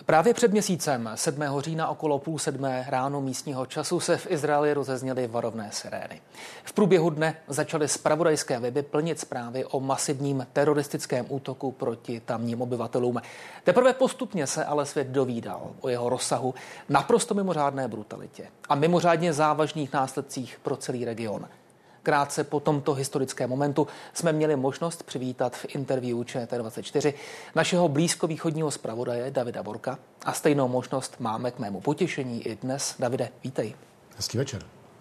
Právě před měsícem 7. října okolo 6:30 ráno místního času se v Izraeli rozezněly varovné sirény. V průběhu dne začaly zpravodajské weby plnit zprávy o masivním teroristickém útoku proti tamním obyvatelům. Teprve postupně se ale svět dovídal o jeho rozsahu, naprosto mimořádné brutalitě a mimořádně závažných následcích pro celý region. Krátce po tomto historickém momentu jsme měli možnost přivítat v interview ČT24 našeho blízkovýchodního zpravodaje Davida Borka a stejnou možnost máme k mému potěšení i dnes. Davide, vítej. Hezký večer.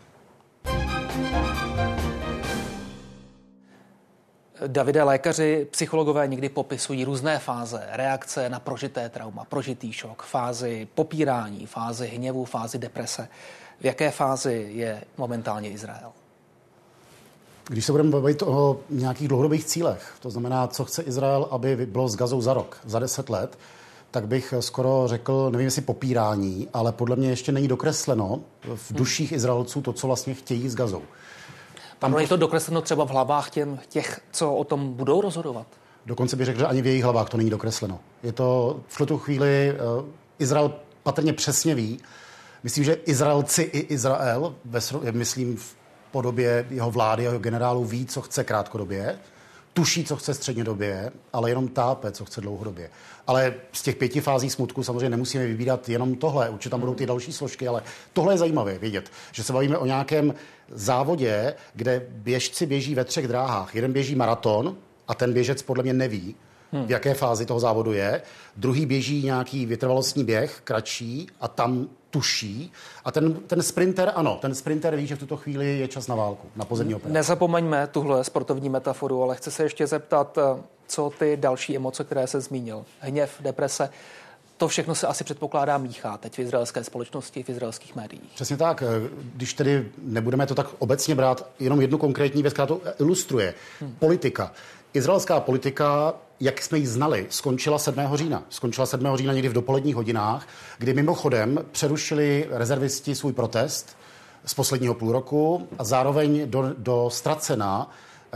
Davide, lékaři, psychologové někdy popisují různé fáze reakce na prožité trauma, prožitý šok, fázi popírání, fázi hněvu, fázi deprese. V jaké fázi je momentálně Izrael? Když se budeme bavit o nějakých dlouhodobých cílech, to znamená, co chce Izrael, aby bylo s Gazou za rok, za 10 let, tak bych skoro řekl, nevím, jestli popírání, ale podle mě ještě není dokresleno v duších Izraelců to, co vlastně chtějí s Gazou. Tam je to dokresleno třeba v hlavách těch, co o tom budou rozhodovat? Dokonce bych řekl, že ani v jejich hlavách to není dokresleno. Je to v tuto chvíli, Izrael patrně přesně ví, myslím, že Izraelci i Izrael, myslím v podobě jeho vlády, jeho generálů ví, co chce krátkodobě, tuší, co chce střednědobě, ale jenom tápe, co chce dlouhodobě. Ale z těch 5 fází smutku samozřejmě nemusíme vybírat jenom tohle, určitě tam budou ty další složky, ale tohle je zajímavé vědět, že se bavíme o nějakém závodě, kde běžci běží ve 3 dráhách. Jeden běží maraton a ten běžec podle mě neví, v jaké fázi toho závodu je. Druhý běží nějaký vytrvalostní běh, kratší, a tam tuší. A ten sprinter, ano, ten sprinter ví, že v tuto chvíli je čas na válku, na pozemní operaci. Nezapomeňme tuhle sportovní metaforu, ale chci se ještě zeptat, co ty další emoce, které se zmínil. Hněv, deprese, to všechno se asi předpokládá míchá teď v izraelské společnosti, v izraelských médiích. Přesně tak. Když tedy nebudeme to tak obecně brát, jenom jednu konkrétní věc, která to ilustruje. Politika. Izraelská politika, jak jsme ji znali, skončila 7. října. Skončila 7. října někdy v dopoledních hodinách, kdy mimochodem přerušili rezervisti svůj protest z posledního půl roku a zároveň do ztracena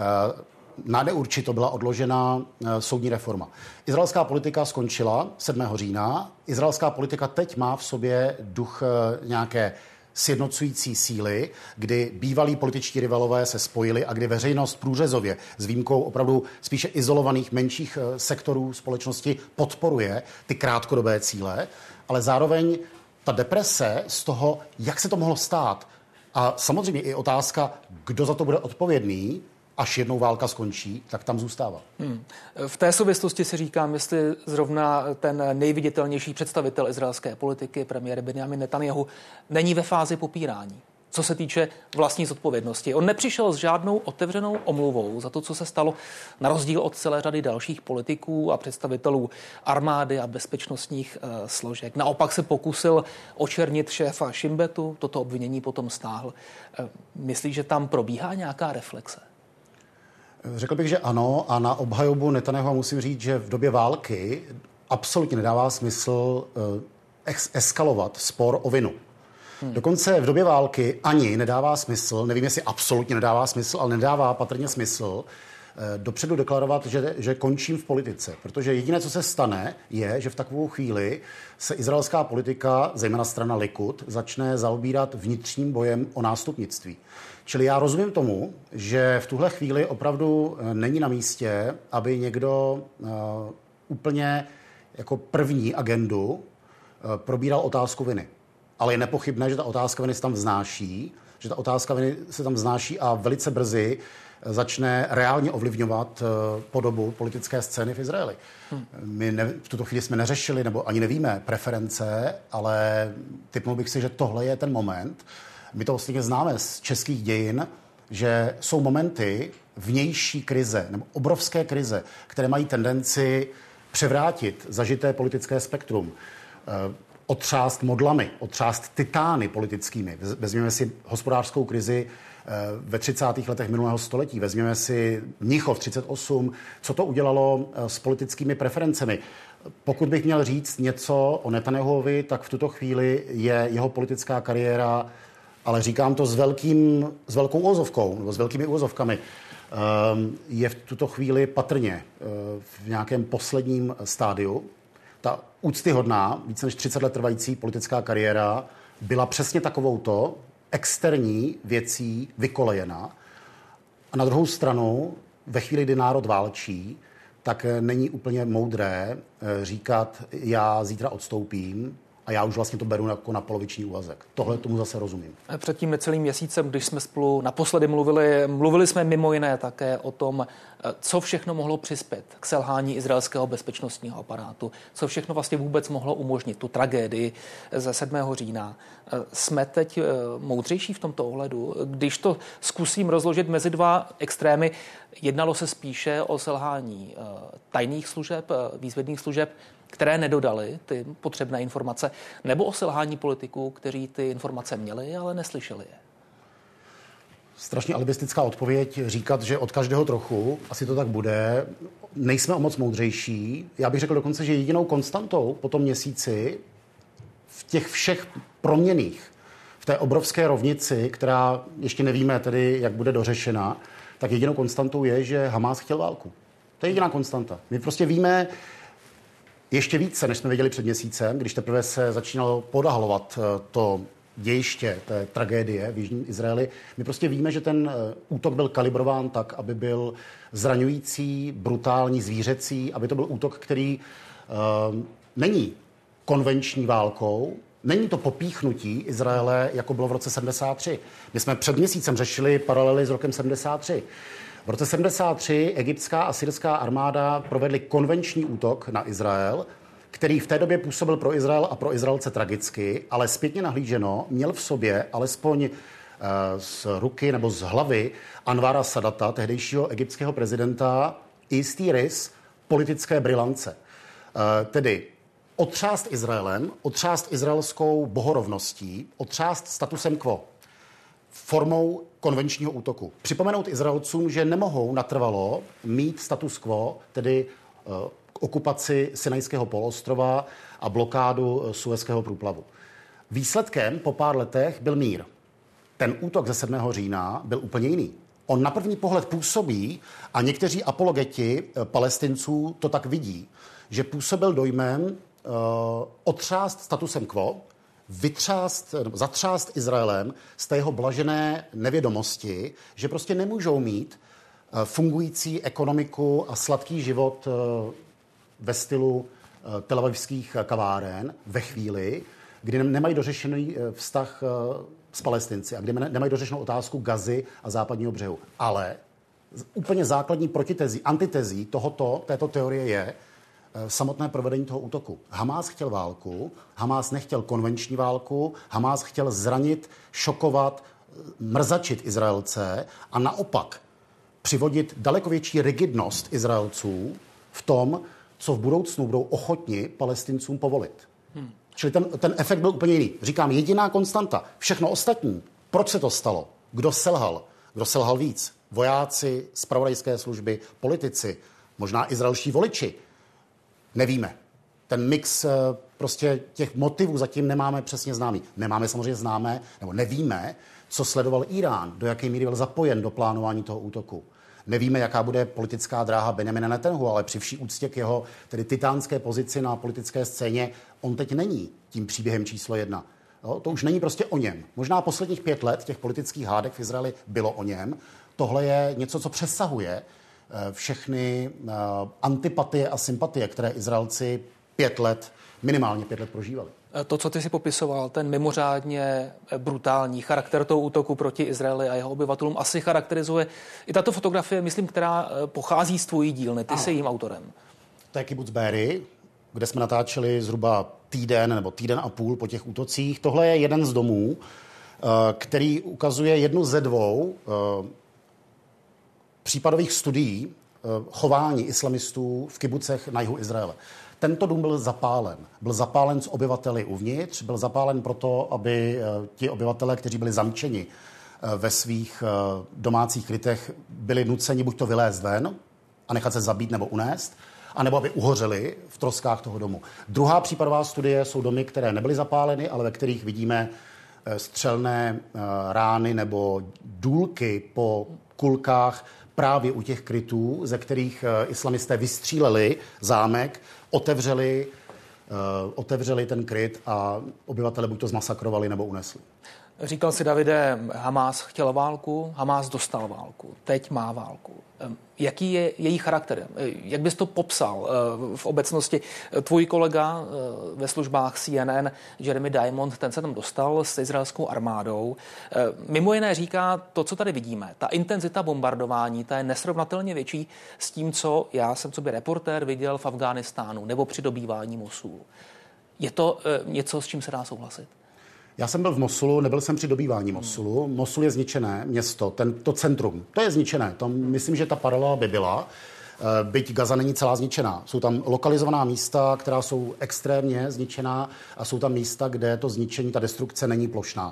na neurčito byla odložena soudní reforma. Izraelská politika skončila 7. října. Izraelská politika teď má v sobě duch nějaké sjednocující síly, kdy bývalí političtí rivalové se spojili a kdy veřejnost průřezově s výjimkou opravdu spíše izolovaných menších sektorů společnosti podporuje ty krátkodobé cíle, ale zároveň ta deprese z toho, jak se to mohlo stát, a samozřejmě i otázka, kdo za to bude odpovědný, až jednou válka skončí, tak tam zůstává. V té souvislosti si říkám, jestli zrovna ten nejviditelnější představitel izraelské politiky, premiér Benjamin Netanjahu, není ve fázi popírání, co se týče vlastní zodpovědnosti. On nepřišel s žádnou otevřenou omluvou za to, co se stalo, na rozdíl od celé řady dalších politiků a představitelů armády a bezpečnostních složek. Naopak se pokusil očernit šéfa Shin Betu, toto obvinění potom stáhl. Myslíš, že tam probíhá nějaká reflexe? Řekl bych, že ano, a na obhajobu Netanjahua musím říct, že v době války absolutně nedává smysl eskalovat spor o vinu. Dokonce v době války ani nedává smysl, nevím, jestli absolutně nedává smysl, ale nedává patrně smysl dopředu deklarovat, že končím v politice. Protože jediné, co se stane, je, že v takovou chvíli se izraelská politika, zejména strana Likud, začne zaobírat vnitřním bojem o nástupnictví. Čili já rozumím tomu, že v tuhle chvíli opravdu není na místě, aby někdo úplně jako první agendu probíral otázku viny. Ale je nepochybné, že ta otázka viny se tam vznáší, a velice brzy začne reálně ovlivňovat podobu politické scény v Izraeli. My v tuto chvíli jsme neřešili, nebo ani nevíme preference, ale tipnul bych si, že tohle je ten moment. My to vlastně známe z českých dějin, že jsou momenty vnější krize nebo obrovské krize, které mají tendenci převrátit zažité politické spektrum. Otřást modlami, otřást titány politickými. Vezměme si hospodářskou krizi ve 30. letech minulého století. Vezměme si Mnichov 38, co to udělalo s politickými preferencemi. Pokud bych měl říct něco o Netanjahuovi, tak v tuto chvíli je jeho politická kariéra, ale říkám to s velkou úvozovkou, nebo s velkými úvozovkami, je v tuto chvíli patrně v nějakém posledním stádiu. ta úctyhodná, více než 30 let trvající politická kariéra byla přesně takovouto externí věcí vykolejena. A na druhou stranu, ve chvíli, kdy národ válčí, tak není úplně moudré říkat, já zítra odstoupím a já už vlastně to beru jako na poloviční úvazek. Tohle tomu zase rozumím. Před tím necelým měsícem, když jsme spolu naposledy mluvili jsme mimo jiné také o tom, co všechno mohlo přispět k selhání izraelského bezpečnostního aparátu, co všechno vlastně vůbec mohlo umožnit tu tragédii ze 7. října. Jsme teď moudřejší v tomto ohledu? Když to zkusím rozložit mezi dva extrémy, jednalo se spíše o selhání tajných služeb, výzvědných služeb, které nedodali ty potřebné informace, nebo o selhání politiků, kteří ty informace měli, ale neslyšeli je? Strašně alibistická odpověď říkat, že od každého trochu, asi to tak bude, nejsme o moc moudřejší. Já bych řekl dokonce, že jedinou konstantou po tom měsíci v těch všech proměnných, v té obrovské rovnici, která ještě nevíme tedy, jak bude dořešena, tak jedinou konstantou je, že Hamás chtěl válku. To je jediná konstanta. My prostě víme ještě více, než jsme věděli před měsícem, když teprve se začínalo podahlovat to dějiště té tragédie v jižním Izraeli. My prostě víme, že ten útok byl kalibrován tak, aby byl zraňující, brutální, zvířecí, aby to byl útok, který není konvenční válkou, není to popíchnutí Izraele, jako bylo v roce 73. My jsme před měsícem řešili paralely s rokem 73. V roce 73 egyptská a syrská armáda provedly konvenční útok na Izrael, který v té době působil pro Izrael a pro Izraelce tragicky, ale zpětně nahlíženo měl v sobě alespoň z ruky nebo z hlavy Anwara Sadata, tehdejšího egyptského prezidenta, jistý rys politické brilance. Tedy otřást Izraelem, otřást izraelskou bohorovností, otřást statusem quo, formou konvenčního útoku. Připomenout Izraelcům, že nemohou natrvalo mít status quo, tedy okupaci Sinajského poloostrova a blokádu Suezského průplavu. Výsledkem po pár letech byl mír. Ten útok ze 7. října byl úplně jiný. On na první pohled působí, a někteří apologeti Palestinců to tak vidí, že působil dojmem otřást statusem quo, zatřást Izraelem z té jeho blažené nevědomosti, že prostě nemůžou mít fungující ekonomiku a sladký život ve stylu telavivských kaváren ve chvíli, kdy nemají dořešený vztah s Palestinci a kdy nemají dořešenou otázku Gazy a západního břehu. Ale úplně základní protitezí, antitezí této teorie je samotné provedení toho útoku. Hamás chtěl válku, Hamás nechtěl konvenční válku, Hamás chtěl zranit, šokovat, mrzačit Izraelce a naopak přivodit daleko větší rigidnost Izraelců v tom, co v budoucnu budou ochotni Palestincům povolit. Čili ten efekt byl úplně jiný. Říkám, jediná konstanta. Všechno ostatní. Proč se to stalo? Kdo selhal? Kdo selhal víc? Vojáci, zpravodajské služby, politici, možná izraelští voliči. Nevíme. Ten mix prostě těch motivů zatím nemáme přesně známý. Nemáme samozřejmě známé, nebo nevíme, co sledoval Irán, do jaké míry byl zapojen do plánování toho útoku. Nevíme, jaká bude politická dráha Benjamina Netanyahu, ale při vší úctě k jeho tedy titánské pozici na politické scéně, on teď není tím příběhem číslo 1. Jo, to už není prostě o něm. Možná posledních 5 let těch politických hádek v Izraeli bylo o něm. Tohle je něco, co přesahuje všechny antipatie a sympatie, které Izraelci minimálně 5 let prožívali. To, co ty si popisoval, ten mimořádně brutální charakter toho útoku proti Izraeli a jeho obyvatelům asi charakterizuje i tato fotografie, myslím, která pochází z tvojí dílny. Ty jsi jím autorem. To je kibuc Be'eri, kde jsme natáčeli zhruba týden nebo týden a půl po těch útocích. Tohle je jeden z domů, který ukazuje jednu ze 2 případových studií chování islamistů v kibucech na jihu Izraele. Tento dům byl zapálen. Byl zapálen s obyvateli uvnitř, byl zapálen proto, aby ti obyvatelé, kteří byli zamčeni ve svých domácích krytech, byli nuceni buď to vylézt ven a nechat se zabít nebo unést, anebo aby uhořeli v troskách toho domu. Druhá případová studie jsou domy, které nebyly zapáleny, ale ve kterých vidíme střelné rány nebo důlky po kulkách právě u těch krytů, ze kterých islamisté vystříleli zámek, otevřeli otevřeli ten kryt a obyvatele buď to zmasakrovali nebo unesli. Říkal si, Davide, Hamás chtěl válku, Hamás dostal válku, teď má válku. Jaký je její charakter? Jak bys to popsal v obecnosti? Tvůj kolega ve službách CNN, Jeremy Diamond, ten se tam dostal s izraelskou armádou. Mimo jiné říká to, co tady vidíme. Ta intenzita bombardování, ta je nesrovnatelně větší s tím, co já jsem sobě reportér viděl v Afghánistánu nebo při dobývání Mosulu. Je to něco, s čím se dá souhlasit? Já jsem byl v Mosulu, nebyl jsem při dobývání Mosulu. Mosul je zničené město, to centrum, to je zničené. Tam myslím, že ta paralela by byla, byť Gaza není celá zničená. Jsou tam lokalizovaná místa, která jsou extrémně zničená a jsou tam místa, kde to zničení, ta destrukce není plošná.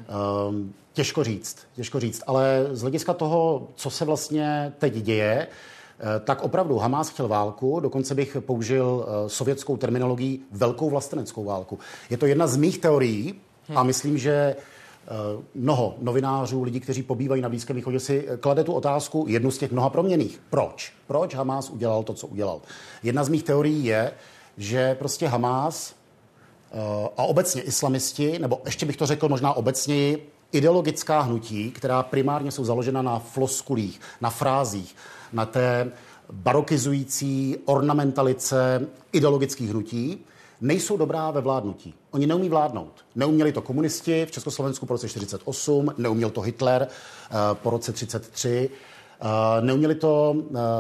Těžko říct, ale z hlediska toho, co se vlastně teď děje, tak opravdu Hamás chtěl válku, dokonce bych použil sovětskou terminologii velkou vlasteneckou válku. Je to jedna z mých teorií, a myslím, že mnoho novinářů, lidí, kteří pobývají na Blízkém východě, si klade tu otázku, jednu z těch mnoha proměnných. Proč? Proč Hamás udělal to, co udělal? Jedna z mých teorií je, že prostě Hamás a obecně islamisti, nebo ještě bych to řekl možná obecněji, ideologická hnutí, která primárně jsou založena na floskulích, na frázích, na té barokizující ornamentalice ideologických hnutí, nejsou dobrá ve vládnutí. Oni neumí vládnout. Neuměli to komunisti v Československu po roce 1948, neuměl to Hitler po roce 1933, neuměli to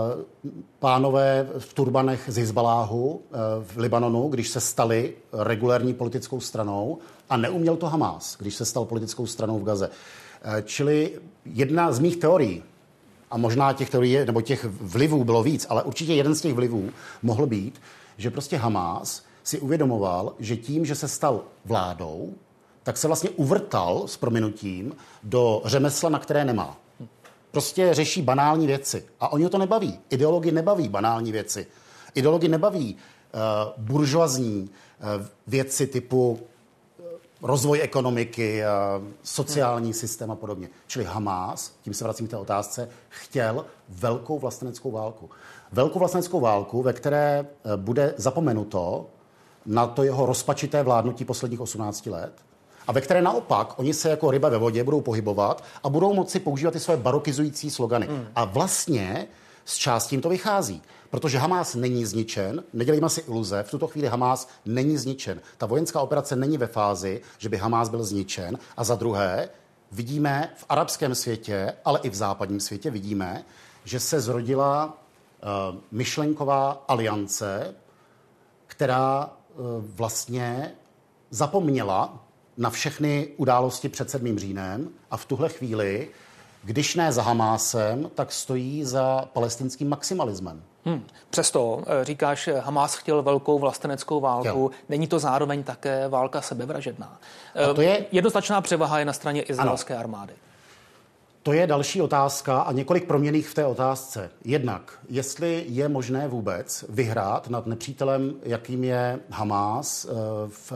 pánové v turbanech z Hizbaláhu v Libanonu, když se stali regulérní politickou stranou, a neuměl to Hamás, když se stal politickou stranou v Gaze. Čili jedna z mých teorií, a možná těch teorií nebo těch vlivů bylo víc, ale určitě jeden z těch vlivů mohl být, že prostě Hamás si uvědomoval, že tím, že se stal vládou, tak se vlastně uvrtal s prominutím do řemesla, na které nemá. Prostě řeší banální věci. A oni ho to nebaví. Ideologii nebaví banální věci. Ideologii nebaví buržoazní věci typu rozvoj ekonomiky, sociální systém a podobně. Čili Hamás, tím se vracím k té otázce, chtěl velkou vlasteneckou válku. Velkou vlasteneckou válku, ve které bude zapomenuto na to jeho rozpačité vládnutí posledních 18 let a ve které naopak oni se jako ryba ve vodě budou pohybovat a budou moci používat ty své barokizující slogany. A vlastně z částí jim to vychází, protože Hamás není zničen, nedělejme si iluze, v tuto chvíli Hamás není zničen. Ta vojenská operace není ve fázi, že by Hamás byl zničen, a za druhé vidíme v arabském světě, ale i v západním světě vidíme, že se zrodila myšlenková aliance, která vlastně zapomněla na všechny události před 7. říjnem a v tuhle chvíli, když ne za Hamásem, tak stojí za palestinským maximalismem. Přesto říkáš, Hamás chtěl velkou vlasteneckou válku. Není to zároveň také válka sebevražedná? To je jednoznačná převaha je na straně izraelské armády. To je další otázka a několik proměnných v té otázce. Jednak, jestli je možné vůbec vyhrát nad nepřítelem, jakým je Hamás v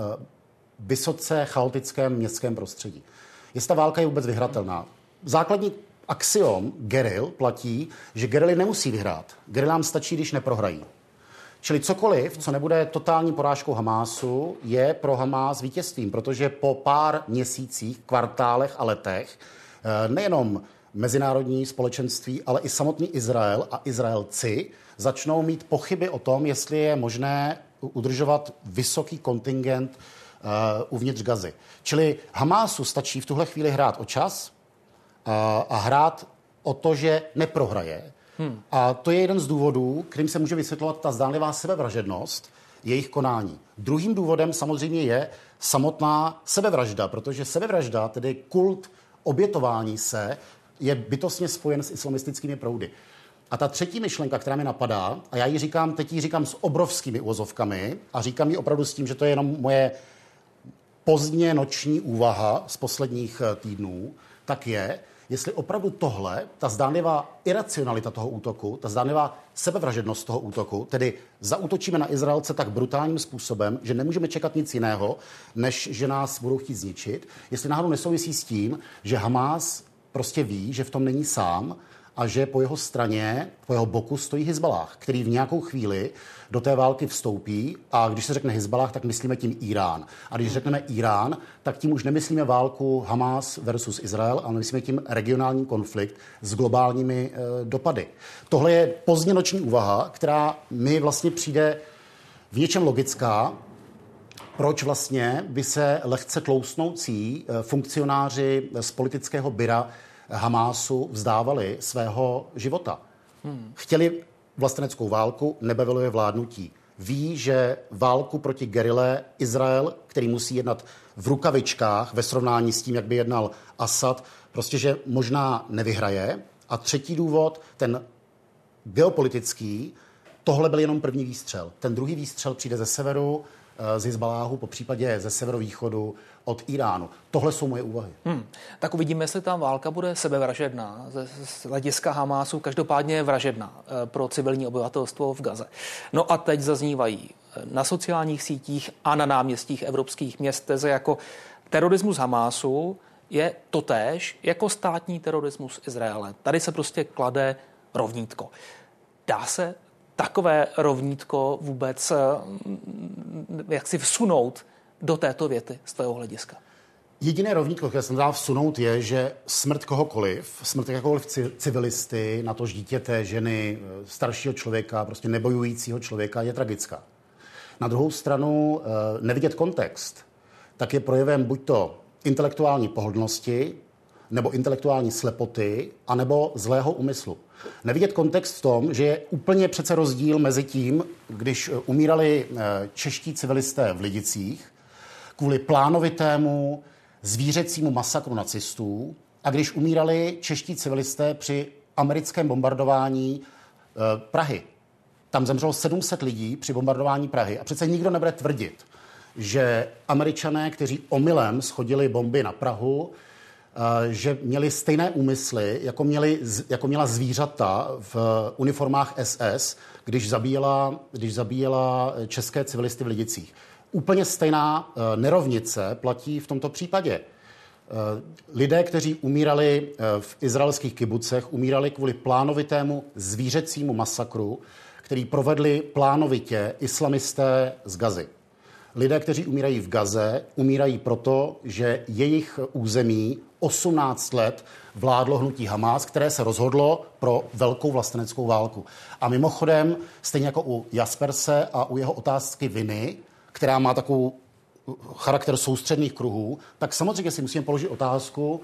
vysoce chaotickém městském prostředí. Jestli ta válka je vůbec vyhratelná. Základní axiom geril platí, že gerily nemusí vyhrát. Gerilám stačí, když neprohrají. Čili cokoliv, co nebude totální porážkou Hamásu, je pro Hamás vítězstvím, protože po pár měsících, kvartálech a letech nejenom mezinárodní společenství, ale i samotný Izrael a Izraelci začnou mít pochyby o tom, jestli je možné udržovat vysoký kontingent uvnitř Gazy. Čili Hamásu stačí v tuhle chvíli hrát o čas a hrát o to, že neprohraje. A to je jeden z důvodů, kterým se může vysvětlovat ta zdánlivá sebevražednost jejich konání. Druhým důvodem samozřejmě je samotná sebevražda, protože sebevražda, tedy kult obětování se, je bytostně spojen s islamistickými proudy. A ta třetí myšlenka, která mi napadá, a já ji říkám, teď ji říkám s obrovskými uvozovkami a říkám ji opravdu s tím, že to je jenom moje pozdně noční úvaha z posledních týdnů, tak je, jestli opravdu tohle, ta zdánlivá iracionalita toho útoku, ta zdánlivá sebevražednost toho útoku, tedy zaútočíme na Izraelce tak brutálním způsobem, že nemůžeme čekat nic jiného, než že nás budou chtít zničit, jestli náhodou nesouvisí s tím, že Hamás prostě ví, že v tom není sám a že po jeho straně, po jeho boku stojí Hizballáh, který v nějakou chvíli do té války vstoupí a když se řekne Hizballáh, tak myslíme tím Irán. A když řekneme Irán, tak tím už nemyslíme válku Hamas versus Izrael, ale myslíme tím regionální konflikt s globálními dopady. Tohle je pozdněnoční úvaha, která mi vlastně přijde v něčem logická, proč vlastně by se lehce tloustnoucí funkcionáři z politického byra Hamásu vzdávali svého života. Chtěli vlasteneckou válku, nebavilo je vládnutí. Ví, že válku proti gerile Izrael, který musí jednat v rukavičkách ve srovnání s tím, jak by jednal Asad, prostě, že možná nevyhraje. A třetí důvod, ten geopolitický, tohle byl jenom první výstřel. Ten druhý výstřel přijde ze severu, z Hizballáhu, po případě ze severovýchodu od Iránu. Tohle jsou moje úvahy. Tak uvidíme, jestli ta válka bude sebevražedná. Z hlediska Hamásu každopádně vražedná pro civilní obyvatelstvo v Gaze. No a teď zaznívají na sociálních sítích a na náměstích evropských měst teze jako terorismus Hamásu je totéž jako státní terorismus Izraele. Tady se prostě klade rovnítko. Dá se takové rovnítko vůbec jak si vsunout do této věty z tvého hlediska? Jediné rovnítko, které se dá vsunout, je, že smrt kohokoliv, smrt jakéhokoliv civilisty, natož dítěte, ženy, staršího člověka, prostě nebojujícího člověka, je tragická. Na druhou stranu nevidět kontext, tak je projevem buď to intelektuální pohodlnosti, nebo intelektuální slepoty, anebo zlého úmyslu. Nevidět kontext v tom, že je úplně přece rozdíl mezi tím, když umírali čeští civilisté v Lidicích kvůli plánovitému zvířecímu masakru nacistů a když umírali čeští civilisté při americkém bombardování Prahy. Tam zemřelo 700 lidí při bombardování Prahy a přece nikdo nebude tvrdit, že Američané, kteří omylem shodili bomby na Prahu, že měli stejné úmysly, jako měla zvířata v uniformách SS, když zabíjela české civilisty v Lidicích. Úplně stejná nerovnice platí v tomto případě. Lidé, kteří umírali v izraelských kibucech, umírali kvůli plánovitému zvířecímu masakru, který provedli plánovitě islamisté z Gazy. Lidé, kteří umírají v Gaze, umírají proto, že jejich území 18 let vládlo hnutí Hamás, které se rozhodlo pro velkou vlasteneckou válku. A mimochodem, stejně jako u Jasperse a u jeho otázky viny, která má takovou charakter soustředných kruhů, tak samozřejmě si musíme položit otázku,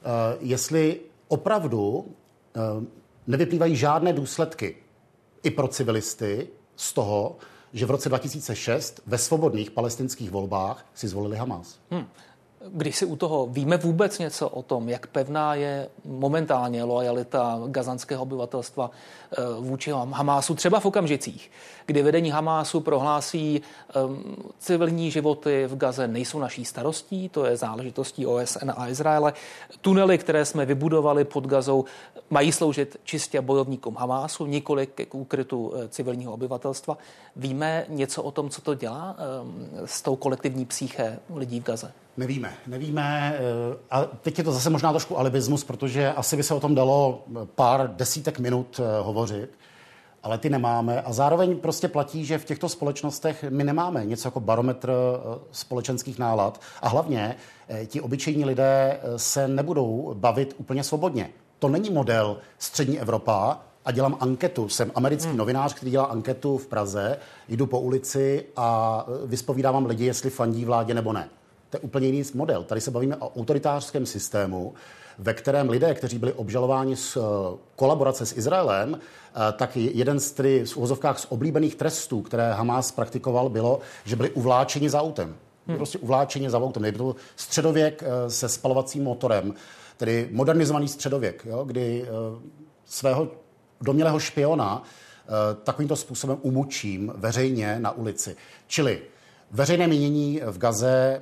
jestli opravdu nevyplývají žádné důsledky i pro civilisty z toho, že v roce 2006 ve svobodných palestinských volbách si zvolili Hamás. Když si u toho víme vůbec něco o tom, jak pevná je momentálně loajalita gazanského obyvatelstva vůči Hamásu, třeba v okamžicích, kdy vedení Hamásu prohlásí civilní životy v Gaze nejsou naší starostí, to je záležitostí OSN a Izraele. Tunely, které jsme vybudovali pod Gazou, mají sloužit čistě bojovníkům Hamásu, nikoli k úkrytu civilního obyvatelstva. Víme něco o tom, co to dělá s tou kolektivní psyché lidí v Gaze? Nevíme. A teď je to zase možná trošku alibismus, protože asi by se o tom dalo pár desítek minut hovořit, ale ty nemáme. A zároveň prostě platí, že v těchto společnostech my nemáme něco jako barometr společenských nálad. A hlavně ti obyčejní lidé se nebudou bavit úplně svobodně. To není model střední Evropa a dělám anketu. Jsem americký novinář, který dělá anketu v Praze, jdu po ulici a vyspovídávám lidi, jestli fandí vládě nebo ne. To je úplně jiný model. Tady se bavíme o autoritářském systému, ve kterém lidé, kteří byli obžalováni z kolaborace s Izraelem, tak jeden v uvozovkách z oblíbených trestů, které Hamás praktikoval, bylo, že byli uvláčeni za autem. Prostě uvláčeni za autem. Byl to středověk se spalovacím motorem, tedy modernizovaný středověk, jo, kdy svého domnělého špiona takovýmto způsobem umučím veřejně na ulici. Čili veřejné mínění v Gaze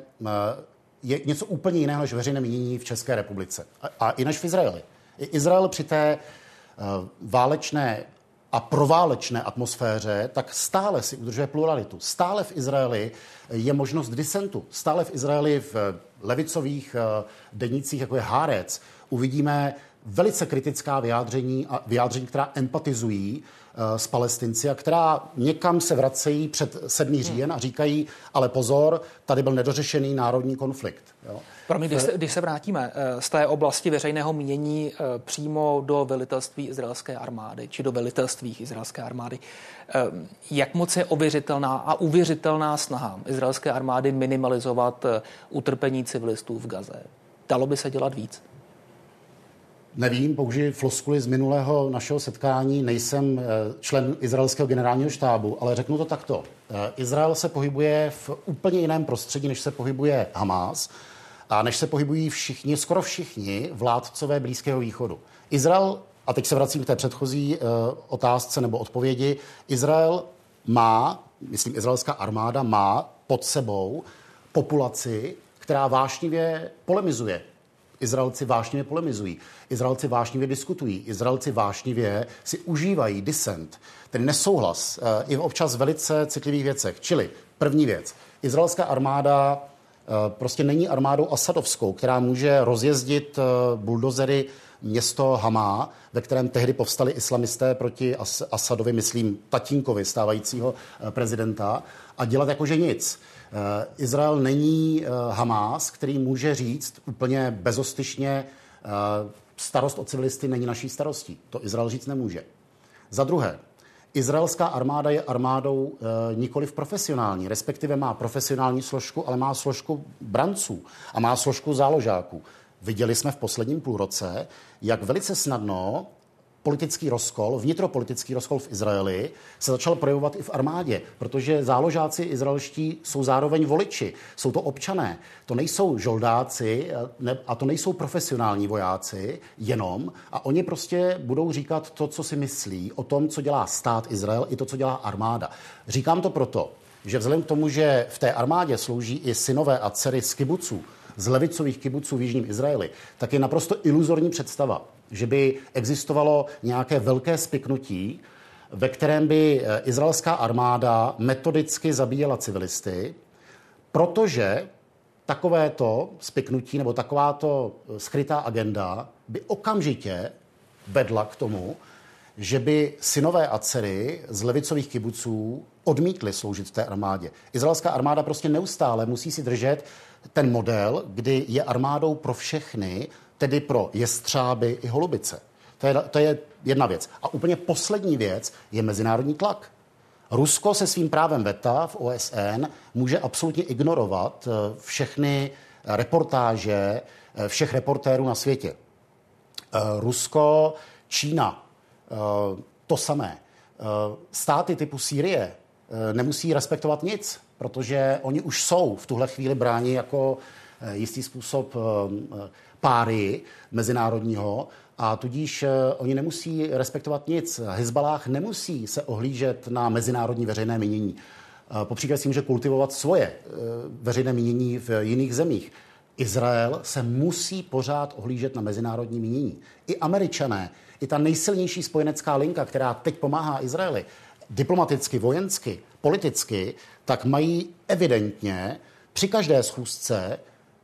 je něco úplně jiného než veřejné mínění v České republice. A i než v Izraeli. Izrael při té válečné a proválečné atmosféře tak stále si udržuje pluralitu. Stále v Izraeli je možnost disentu. Stále v Izraeli v levicových denících, jako je Haaretz, uvidíme velice kritická vyjádření, která empatizují s Palestinci a která někam se vracejí před 7. říjen a říkají, ale pozor, tady byl nedořešený národní konflikt. Jo. Když se vrátíme z té oblasti veřejného mínění přímo do velitelství izraelské armády, či do velitelství izraelské armády, jak moc je ověřitelná a uvěřitelná snaha izraelské armády minimalizovat utrpení civilistů v Gaze? Dalo by se dělat víc? Nevím, použiji floskuly z minulého našeho setkání, nejsem člen izraelského generálního štábu, ale řeknu to takto. Izrael se pohybuje v úplně jiném prostředí, než se pohybuje Hamás a než se pohybují skoro všichni vládcové Blízkého východu. Izrael, a teď se vracím k té předchozí otázce nebo odpovědi, Izrael má, myslím, izraelská armáda má pod sebou populaci, která vášnivě polemizuje. Izraelci vášnivě polemizují, Izraelci vášnivě diskutují, Izraelci vášnivě si užívají dissent, ten nesouhlas i v občas velice citlivých věcech. Čili první věc, izraelská armáda prostě není armádou asadovskou, která může rozjezdit buldozery město Hamá, ve kterém tehdy povstali islamisté proti Asadovi, myslím tatínkovi stávajícího prezidenta, a dělat jakože nic. Izrael není Hamás, který může říct úplně bezostyšně, starost o civilisty není naší starostí. To Izrael říct nemůže. Za druhé, izraelská armáda je armádou nikoliv profesionální, respektive má profesionální složku, ale má složku branců a má složku záložáků. Viděli jsme v posledním půlroce, jak velice snadno vnitropolitický rozkol v Izraeli se začal projevovat i v armádě, protože záložáci izraelští jsou zároveň voliči, jsou to občané, to nejsou žoldáci a to nejsou profesionální vojáci jenom a oni prostě budou říkat to, co si myslí o tom, co dělá stát Izrael i to, co dělá armáda. Říkám to proto, že vzhledem k tomu, že v té armádě slouží i synové a dcery z kibuců, z levicových kibuců v jižním Izraeli, tak je naprosto iluzorní představa, že by existovalo nějaké velké spiknutí, ve kterém by izraelská armáda metodicky zabíjela civilisty, protože takovéto spiknutí nebo takováto skrytá agenda by okamžitě vedla k tomu, že by synové a dcery z levicových kibuců odmítli sloužit v té armádě. Izraelská armáda prostě neustále musí si držet ten model, kdy je armádou pro všechny, tedy pro jestřáby i holubice. To je jedna věc. A úplně poslední věc je mezinárodní tlak. Rusko se svým právem veta v OSN může absolutně ignorovat všechny reportáže všech reportérů na světě. Rusko, Čína, to samé. Státy typu Sýrie nemusí respektovat nic, protože oni už jsou v tuhle chvíli bráni jako jistý způsob páry mezinárodního a tudíž oni nemusí respektovat nic. Hezbalách nemusí se ohlížet na mezinárodní veřejné mínění. Popříklad si může kultivovat svoje veřejné mínění v jiných zemích. Izrael se musí pořád ohlížet na mezinárodní mínění. I Američané, i ta nejsilnější spojenecká linka, která teď pomáhá Izraeli, diplomaticky, vojensky, politicky, tak mají evidentně při každé schůzce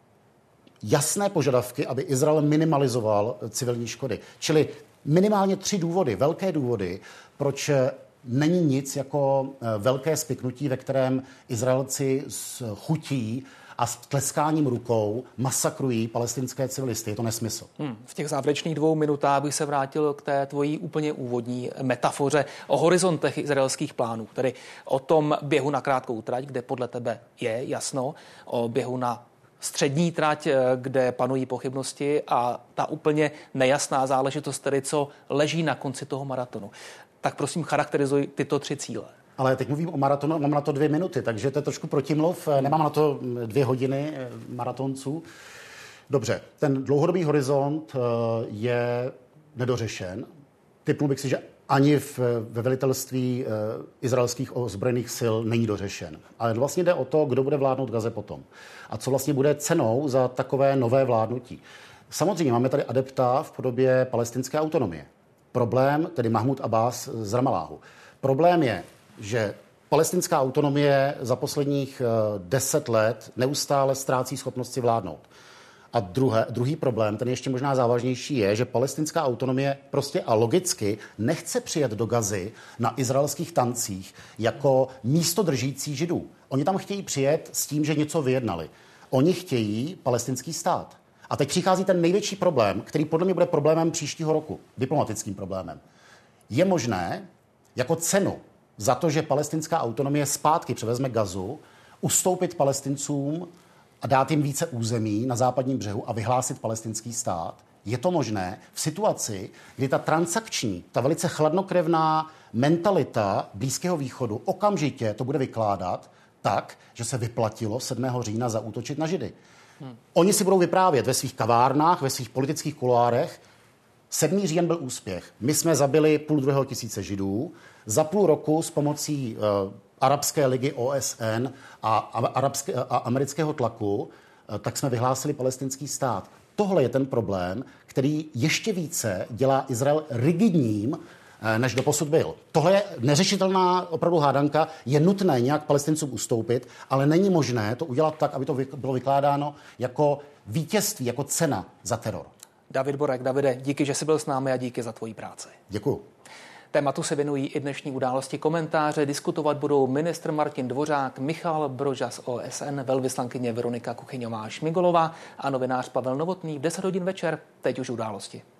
jasné požadavky, aby Izrael minimalizoval civilní škody. Čili minimálně 3 důvody, velké důvody, proč není nic jako velké spiknutí, ve kterém Izraelci s chutí a s tleskáním rukou masakrují palestinské civilisty. Je to nesmysl. V těch závěrečných 2 minutách bych se vrátil k té tvojí úplně úvodní metafoře o horizontech izraelských plánů, tedy o tom běhu na krátkou trať, kde podle tebe je jasno, o běhu na střední trať, kde panují pochybnosti a ta úplně nejasná záležitost, tedy co leží na konci toho maratonu. Tak prosím, charakterizuj tyto 3 cíle. Ale teď mluvím o maratonu, mám na to 2 minuty, takže to je trošku protimluv. Nemám na to 2 hodiny maratonců. Dobře, ten dlouhodobý horizont je nedořešen. Tipnul bych si, že ani ve velitelství izraelských ozbrojených sil není dořešen. Ale vlastně jde o to, kdo bude vládnout Gaze potom. A co vlastně bude cenou za takové nové vládnutí. Samozřejmě máme tady adepta v podobě palestinské autonomie. Problém, tedy Mahmud Abbas z Ramalláhu. Problém je, že palestinská autonomie za posledních 10 let neustále ztrácí schopnost si vládnout. A druhý problém, ten ještě možná závažnější, je, že palestinská autonomie prostě a logicky nechce přijet do Gazy na izraelských tancích jako místo držící Židů. Oni tam chtějí přijet s tím, že něco vyjednali. Oni chtějí palestinský stát. A teď přichází ten největší problém, který podle mě bude problémem příštího roku, diplomatickým problémem. Je možné jako cenu za to, že palestinská autonomie zpátky převezme Gazu, ustoupit Palestincům a dát jim více území na západním břehu a vyhlásit palestinský stát? Je to možné v situaci, kdy ta transakční, ta velice chladnokrevná mentalita Blízkého východu okamžitě to bude vykládat tak, že se vyplatilo 7. října zaútočit na Židy. Oni si budou vyprávět ve svých kavárnách, ve svých politických kuloárech. 7. říjen byl úspěch. My jsme zabili 500 000 Židů. Za půl roku s pomocí Arabské ligy OSN a amerického tlaku, tak jsme vyhlásili palestinský stát. Tohle je ten problém, který ještě více dělá Izrael rigidním, než doposud byl. Tohle je neřešitelná opravdu hádanka. Je nutné nějak Palestincům ustoupit, ale není možné to udělat tak, aby to bylo vykládáno jako vítězství, jako cena za teror. David Borek, Davide, díky, že jsi byl s námi a díky za tvoji práci. Děkuju. Tématu se věnují i dnešní Události komentáře. Diskutovat budou ministr Martin Dvořák, Michal Broža z OSN, velvyslankyně Veronika Kuchyňová-Šmigolová a novinář Pavel Novotný v 10 hodin večer. Teď už Události.